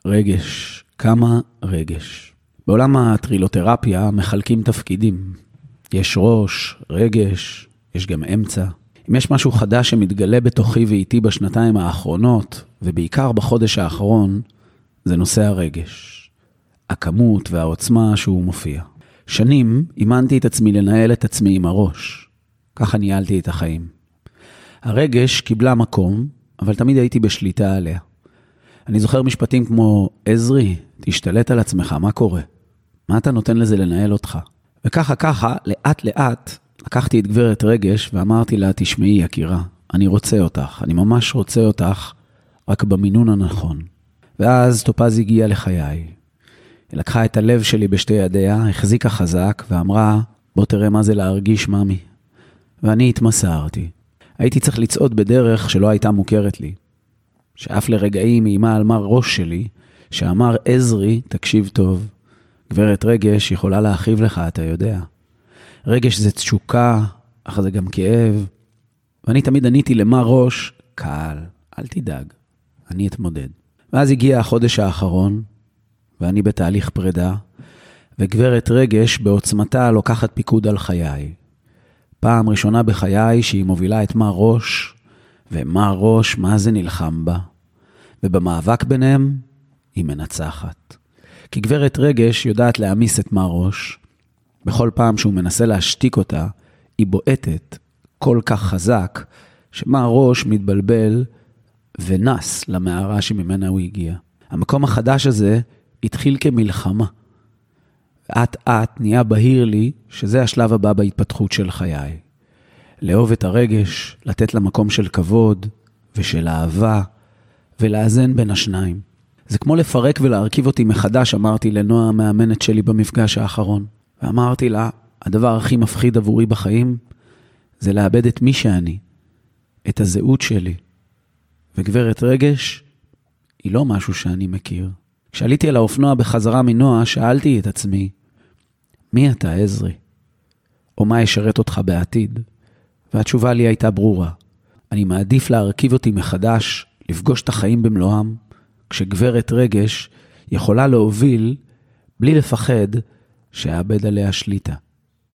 רגש, כמה רגש. בעולם הטרילותרפיה מחלקים תפקידים. יש ראש, רגש, יש גם אמצע. אם יש משהו חדש שמתגלה בתוכי ואיתי בשנתיים האחרונות, ובעיקר בחודש האחרון, זה נושא הרגש. הכמות והעוצמה שהוא מופיע. שנים אימנתי את עצמי לנהל את עצמי עם הראש. ככה ניהלתי את החיים. הרגש קיבלה מקום, אבל תמיד הייתי בשליטה עליה. אני זוכר משפטים כמו, עזרי, תשתלט על עצמך, מה קורה? מה אתה נותן לזה לנהל אותך? וככה, לאט לאט, לקחתי את גברת רגש ואמרתי לה, תשמעי יקירה, אני רוצה אותך, אני ממש רוצה אותך, רק במינון הנכון. ואז טופז הגיעה לחיי. היא לקחה את הלב שלי בשתי ידיה, החזיקה חזק ואמרה, בוא תראה מה זה להרגיש ממי. ואני התמסרתי. הייתי צריך לצעוד בדרך שלא הייתה מוכרת לי. שאף לרגעים אימה על מר ראש שלי, שאמר עזרי, תקשיב טוב. גברת רגש יכולה להרחיב לך, אתה יודע. רגש זה תשוקה, אך זה גם כאב. ואני תמיד עניתי למר ראש, קהל, אל תדאג, אני אתמודד. ואז הגיע החודש האחרון, ואני בתהליך פרידה, וגברת רגש בעוצמתה לוקחת פיקוד על חיי. פעם ראשונה בחיי שהיא מובילה את מר ראש, ומר ראש מה זה נלחם בה. ובמאבק ביניהם היא מנצחת. כי גברת רגש יודעת להמיס את מר ראש, בכל פעם שהוא מנסה להשתיק אותה, היא בועטת כל כך חזק, שמר ראש מתבלבל ונס למערה שממנה הוא הגיע. המקום החדש הזה התחיל כמלחמה. ואת נהיה בהיר לי שזה השלב הבא בהתפתחות של חיי. לאהוב את הרגש, לתת לה מקום של כבוד ושל אהבה, ולאזן בין השניים. זה כמו לפרק ולהרכיב אותי מחדש, אמרתי לנועה המאמנת שלי במפגש האחרון. ואמרתי לה, הדבר הכי מפחיד עבורי בחיים, זה לאבד את מי שאני, את הזהות שלי. וגברת רגש, היא לא משהו שאני מכיר. כשעליתי על האופנוע בחזרה מנועה, שאלתי את עצמי, מי אתה עזרי? או מה ישרת אותך בעתיד? והתשובה לי הייתה ברורה. אני מעדיף להרכיב אותי מחדש, לפגוש את החיים במלואם, כשגברת רגש יכולה להוביל בלי לפחד שאאבד עליה שליטה.